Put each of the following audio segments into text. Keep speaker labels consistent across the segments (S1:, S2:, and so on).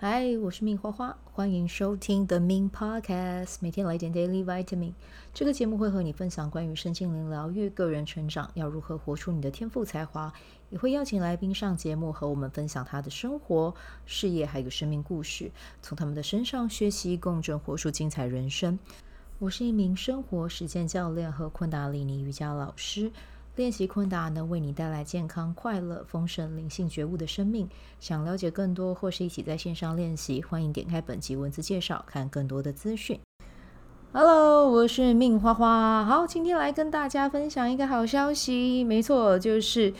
S1: 嗨，我是命花花，欢迎收听 The Min Podcast， 每天来点 Daily Vitamin。这个节目会和你分享关于身心灵疗愈、个人成长，要如何活出你的天赋才华，也会邀请来宾上节目和我们分享他的生活、事业还有生命故事，从他们的身上学习共振，活出精彩人生。我是一名生活实践教练和昆达里尼瑜伽老师。练习昆达能为你带来健康、快乐、丰盛、灵性觉悟的生命。想了解更多或是一起在线上练习，欢迎点开本集文字介绍，看更多的资讯。Hello， 我是命花花。好，今天来跟大家分享一个好消息，没错，就是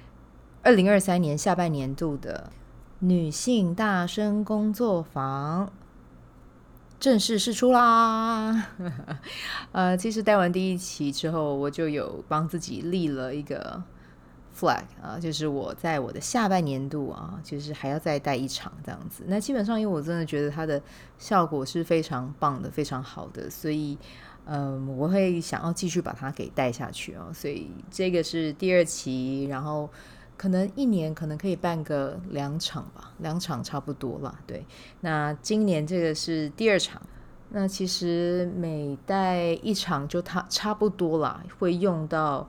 S1: 2023年下半年度的女性大声工作坊正式释出啦其实带完第一期之后，我就有帮自己立了一个 flag 就是我在我的下半年度就是还要再带一场这样子。那基本上因为我真的觉得它的效果是非常棒的，非常好的，所以我会想要继续把它给带下去所以这个是第二期，然后可能一年可能可以办个2场吧，2场差不多啦。对，那今年这个是第2场，那其实每带一场就差不多啦，会用到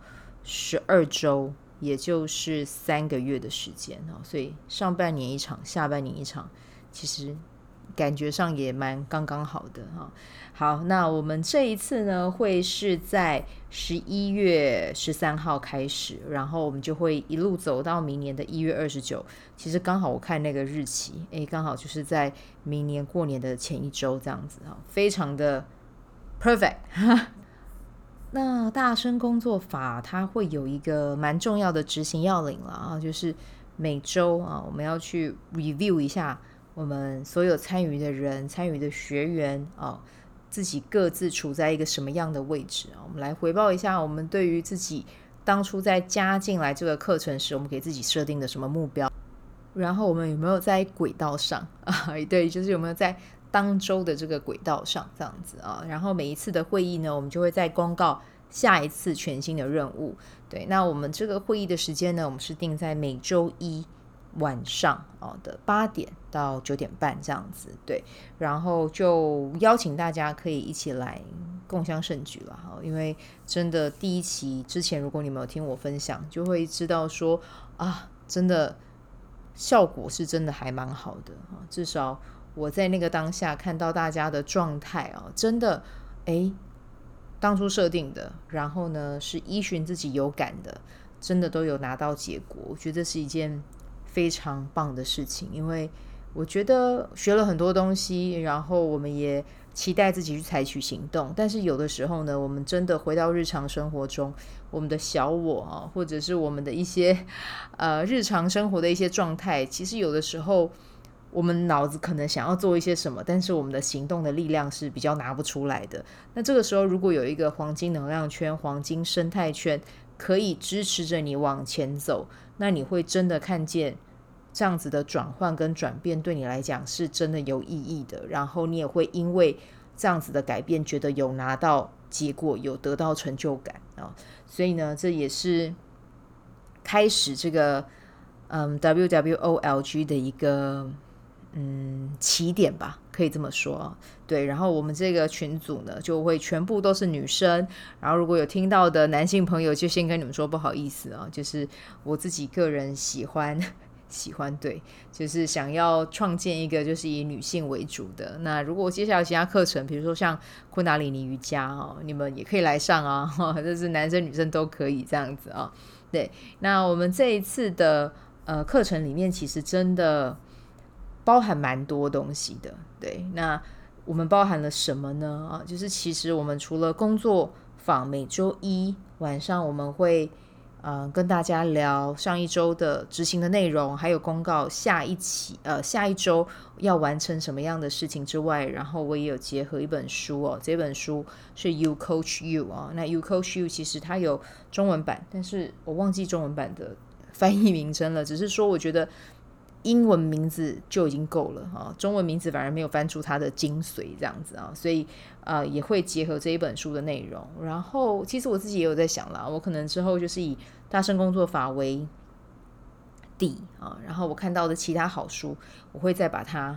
S1: 12周，也就是3个月的时间所以上半年一场，下半年一场，其实感觉上也蛮刚刚好的好，那我们这一次呢会是在11月13号开始，然后我们就会一路走到明年的1月29。其实刚好我看那个日期刚好就是在明年过年的前一周这样子非常的 perfect 那大声工作法它会有一个蛮重要的执行要领了就是每周我们要去 review 一下我们所有参与的人、参与的学员自己各自处在一个什么样的位置我们来回报一下我们对于自己当初在加进来这个课程时，我们给自己设定的什么目标，然后我们有没有在轨道上对，就是有没有在当周的这个轨道上这样子然后每一次的会议呢，我们就会再公告下一次全新的任务。对，那我们这个会议的时间呢，我们是定在每周一晚上的8点到9点半这样子。对，然后就邀请大家可以一起来共襄盛举了因为真的第一期之前如果你们有听我分享，就会知道说真的效果是真的还蛮好的至少我在那个当下看到大家的状态真的当初设定的，然后呢是依循自己有感的，真的都有拿到结果。我觉得是一件非常棒的事情，因为我觉得学了很多东西，然后我们也期待自己去采取行动，但是有的时候呢，我们真的回到日常生活中，我们的小我或者是我们的一些日常生活的一些状态，其实有的时候我们脑子可能想要做一些什么，但是我们的行动的力量是比较拿不出来的。那这个时候如果有一个黄金能量圈、黄金生态圈可以支持着你往前走，那你会真的看见这样子的转换跟转变对你来讲是真的有意义的，然后你也会因为这样子的改变觉得有拿到结果，有得到成就感所以呢这也是开始这个WWOLG 的一个起点吧，可以这么说对，然后我们这个群组呢就会全部都是女生，然后如果有听到的男性朋友就先跟你们说不好意思就是我自己个人喜欢对，就是想要创建一个就是以女性为主的。那如果接下来其他课程，比如说像昆达里尼瑜伽你们也可以来上就是男生女生都可以这样子对，那我们这一次的课程里面其实真的包含蛮多东西的。对，那我们包含了什么呢就是其实我们除了工作坊每周一晚上我们会跟大家聊上一周的执行的内容，还有公告下一周要完成什么样的事情之外，然后我也有结合一本书这本书是 You Coach You 那 You Coach You 其实它有中文版，但是我忘记中文版的翻译名称了，只是说我觉得英文名字就已经够了中文名字反而没有翻出它的精髓这样子所以也会结合这一本书的内容。然后其实我自己也有在想啦，我可能之后就是以大声工作法为底然后我看到的其他好书我会再把它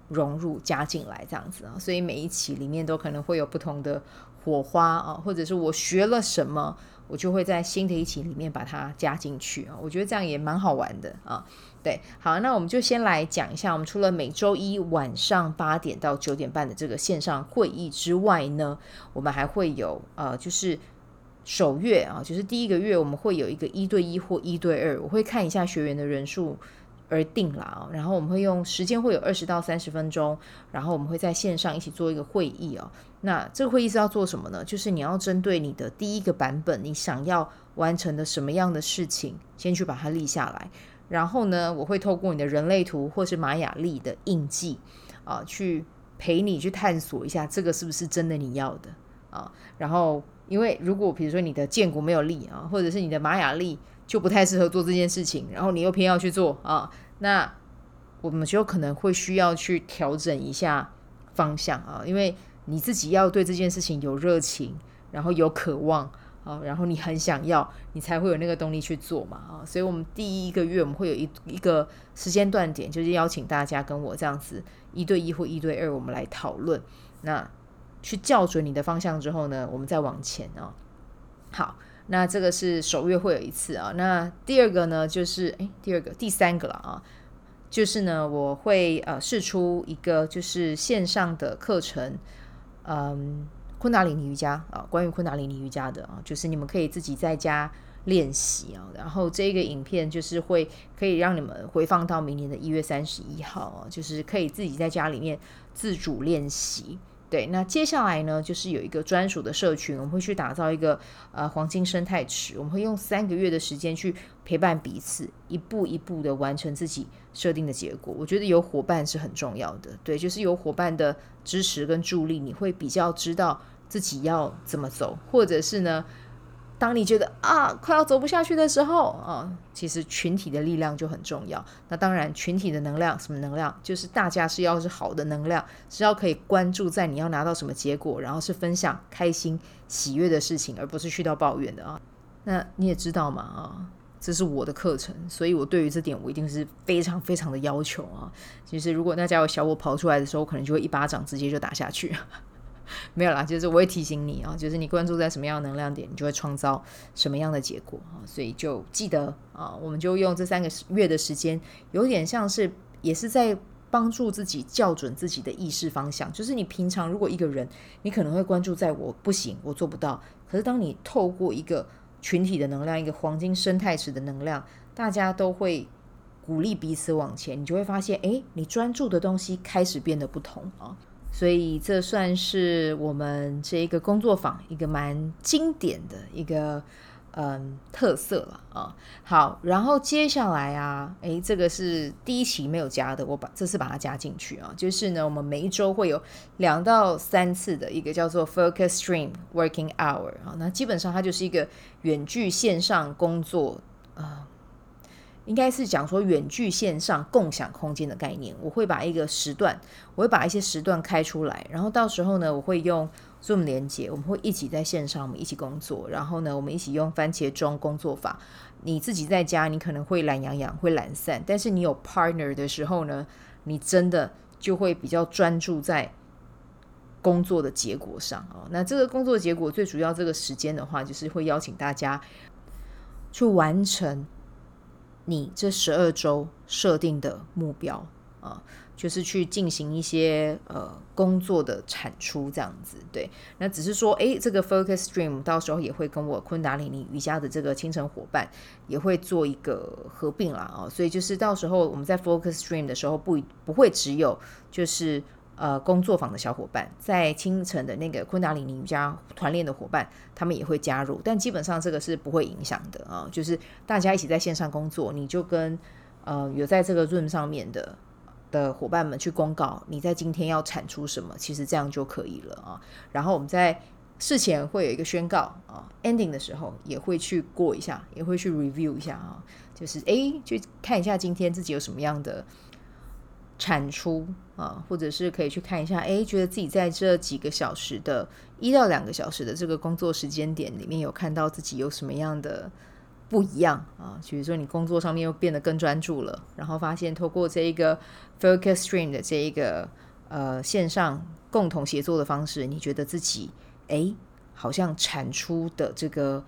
S1: 融入加进来这样子啊，所以每一期里面都可能会有不同的火花啊，或者是我学了什么，我就会在新的一期里面把它加进去啊，我觉得这样也蛮好玩的啊。对，好，那我们就先来讲一下，我们除了每周一晚上8点到9点半的这个线上会议之外呢，我们还会有就是首月啊，就是第一个月我们会有一个1对1或1对2，我会看一下学员的人数而定啦，然后我们会用时间会有20到30分钟，然后我们会在线上一起做一个会议哦。那这个会议是要做什么呢？就是你要针对你的第一个版本，你想要完成的什么样的事情，先去把它立下来。然后呢，我会透过你的人类图或是玛雅历的印记去陪你去探索一下这个是不是真的你要的然后因为如果比如说你的剑骨没有力或者是你的玛雅历就不太适合做这件事情，然后你又偏要去做那我们就可能会需要去调整一下方向因为你自己要对这件事情有热情，然后有渴望然后你很想要，你才会有那个动力去做嘛所以我们第一个月我们会有一个时间段点，就是邀请大家跟我这样子1对1或1对2，我们来讨论，那去校准你的方向之后呢，我们再往前好，那这个是首月会有一次那第二个呢就是第三个了就是呢我会释出一个就是线上的课程昆达里尼瑜伽关于昆达里尼瑜伽的就是你们可以自己在家练习然后这个影片就是可以让你们回放到明年的1月31号就是可以自己在家里面自主练习。对，那接下来呢就是有一个专属的社群，我们会去打造一个黄金生态池，我们会用3个月的时间去陪伴彼此，一步一步的完成自己设定的结果。我觉得有伙伴是很重要的，对，就是有伙伴的支持跟助力，你会比较知道自己要怎么走，或者是呢当你觉得快要走不下去的时候其实群体的力量就很重要。那当然群体的能量，什么能量？就是大家是要是好的能量，是要可以关注在你要拿到什么结果，然后是分享开心喜悦的事情，而不是去到抱怨的那你也知道嘛这是我的课程，所以我对于这点我一定是非常非常的要求其实如果大家有小我跑出来的时候，可能就会一巴掌直接就打下去没有啦，就是我会提醒你就是你关注在什么样的能量点，你就会创造什么样的结果所以就记得我们就用这3个月的时间，有点像是也是在帮助自己校准自己的意识方向。就是你平常如果一个人，你可能会关注在我不行，我做不到，可是当你透过一个群体的能量，一个黄金生态池的能量，大家都会鼓励彼此往前，你就会发现你专注的东西开始变得不同所以这算是我们这一个工作坊一个蛮经典的一个特色了好，然后接下来这个是第一期没有加的，我这次把它加进去就是呢我们每一周会有2到3次的一个叫做 Focus Stream Working Hour 那基本上它就是一个远距线上工作应该是讲说远距线上共享空间的概念。我会把一些时段开出来，然后到时候呢我会用 Zoom 连结，我们会一起在线上，我们一起工作，然后呢我们一起用番茄钟工作法。你自己在家你可能会懒洋洋会懒散，但是你有 partner 的时候呢，你真的就会比较专注在工作的结果上那这个工作结果最主要这个时间的话，就是会邀请大家去完成你这12周设定的目标就是去进行一些工作的产出这样子。对，那只是说这个 Focus Stream 到时候也会跟我昆达里尼瑜伽的这个清晨伙伴也会做一个合并啦所以就是到时候我们在 Focus Stream 的时候不会只有就是工作坊的小伙伴，在清晨的那个昆达里尼瑜伽团练的伙伴他们也会加入，但基本上这个是不会影响的就是大家一起在线上工作，你就跟有在这个 Zoom 上面的伙伴们去公告你在今天要产出什么，其实这样就可以了然后我们在事前会有一个宣告ending 的时候也会去过一下，也会去 review 一下就是去看一下今天自己有什么样的产出或者是可以去看一下觉得自己在这几个小时的1到2个小时的这个工作时间点里面有看到自己有什么样的不一样啊，比如说你工作上面又变得更专注了，然后发现透过这一个 focus stream 的这一个线上共同协作的方式，你觉得自己好像产出的这个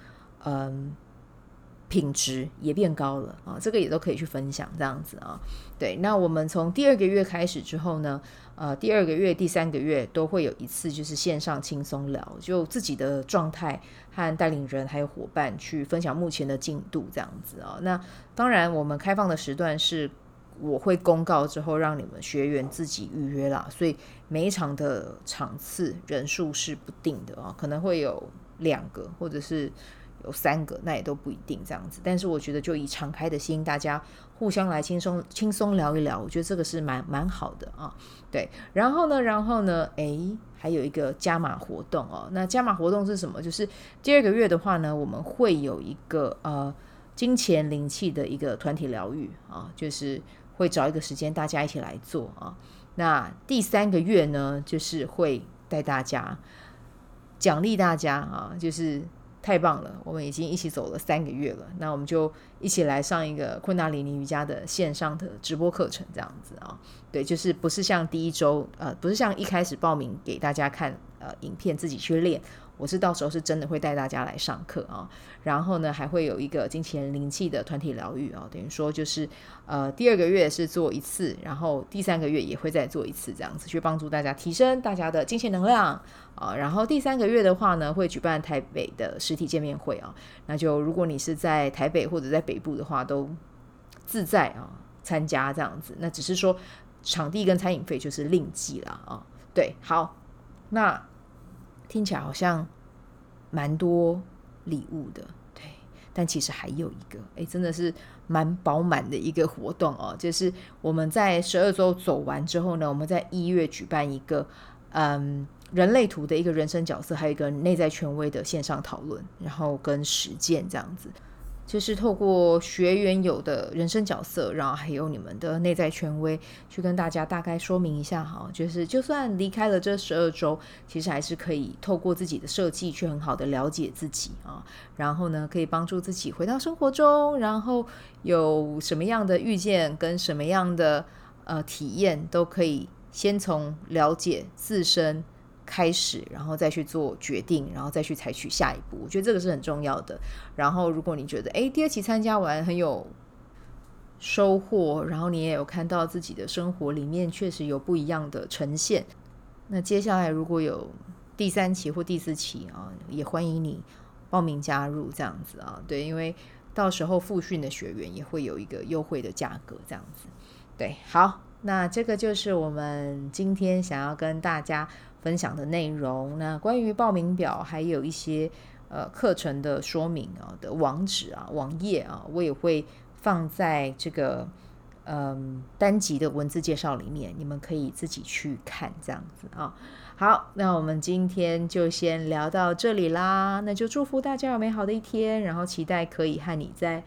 S1: 品质也变高了啊，这个也都可以去分享这样子啊。对，那我们从第2个月开始之后呢，第2个月、第3个月都会有一次就是线上轻松聊，就自己的状态和带领人还有伙伴去分享目前的进度这样子啊。那当然我们开放的时段是我会公告之后让你们学员自己预约啦，所以每一场的场次人数是不定的啊，可能会有2个或者是有3个，那也都不一定这样子。但是我觉得就以敞开的心，大家互相来轻松聊一聊，我觉得这个是蛮好的啊。对，然后呢，还有一个加码活动哦。那加码活动是什么？就是第2个月的话呢，我们会有一个金钱灵气的一个团体疗愈啊，就是会找一个时间大家一起来做啊。那第3个月呢，就是会带大家奖励大家啊，就是太棒了，我们已经一起走了3个月了，那我们就一起来上一个昆达里尼瑜伽的线上的直播课程这样子啊。对，就是不是像第一周不是像一开始报名给大家看影片自己去练，我是到时候是真的会带大家来上课啊。然后呢还会有一个金钱灵气的团体疗愈啊，等于说就是第2个月是做一次，然后第3个月也会再做一次，这样子去帮助大家提升大家的金钱能量啊。然后第3个月的话呢，会举办台北的实体见面会啊，那就如果你是在台北或者在北部的话，都自在参加这样子，那只是说场地跟餐饮费就是另计啦啊。对，好，那听起来好像蛮多礼物的，对，但其实还有一个真的是蛮饱满的一个活动哦，就是我们在12周走完之后呢，我们在1月举办一个人类图的一个人生角色，还有一个内在权威的线上讨论，然后跟实践这样子，就是透过学员有的人生角色，然后还有你们的内在权威，去跟大家大概说明一下哈，就是就算离开了这12周，其实还是可以透过自己的设计去很好的了解自己啊，然后呢可以帮助自己回到生活中，然后有什么样的遇见跟什么样的体验，都可以先从了解自身开始，然后再去做决定，然后再去采取下一步，我觉得这个是很重要的。然后如果你觉得第2期参加完很有收获，然后你也有看到自己的生活里面确实有不一样的呈现，那接下来如果有第3期或第4期也欢迎你报名加入这样子啊。对，因为到时候复训的学员也会有一个优惠的价格这样子。对，好，那这个就是我们今天想要跟大家分享的内容。那关于报名表还有一些课程的说明的网址网页我也会放在这个单集的文字介绍里面，你们可以自己去看这样子好，那我们今天就先聊到这里啦，那就祝福大家有美好的一天，然后期待可以和你在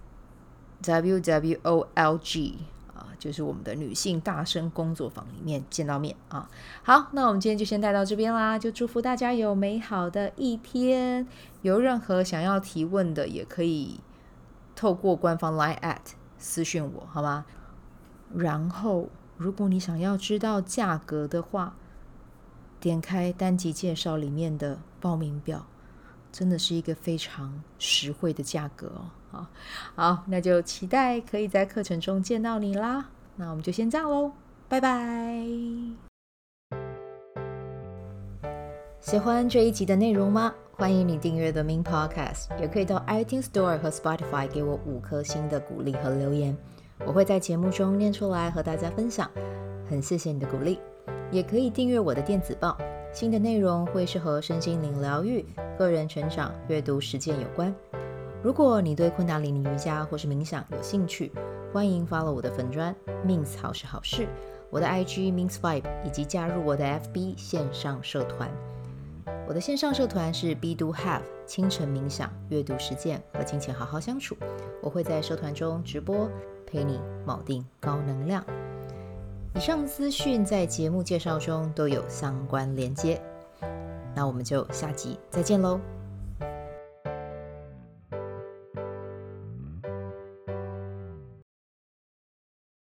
S1: WWOLG就是我们的女性大声工作坊里面见到面好，那我们今天就先带到这边啦，就祝福大家有美好的一天。有任何想要提问的，也可以透过官方 Line@ 私讯我，好吗？然后如果你想要知道价格的话，点开单集介绍里面的报名表，真的是一个非常实惠的价格好，那就期待可以在课程中见到你啦。那我们就先这样咯，拜拜。喜欢这一集的内容吗？欢迎你订阅 The Min Podcast， 也可以到 iTunes Store 和 Spotify 给我5颗星的鼓励和留言，我会在节目中念出来和大家分享，很谢谢你的鼓励。也可以订阅我的电子报，新的内容会是和身心灵疗愈、个人成长、阅读实践有关。如果你对昆达里尼瑜伽或是冥想有兴趣，欢迎 follow 我的粉专 Mins 好事好事，我的 IG Mins Vibe， 以及加入我的 FB 线上社团。我的线上社团是 Be Do Have 清晨冥想、阅读实践和金钱好好相处，我会在社团中直播，陪你铆定高能量。以上资讯在节目介绍中都有相关连接，那我们就下集再见咯。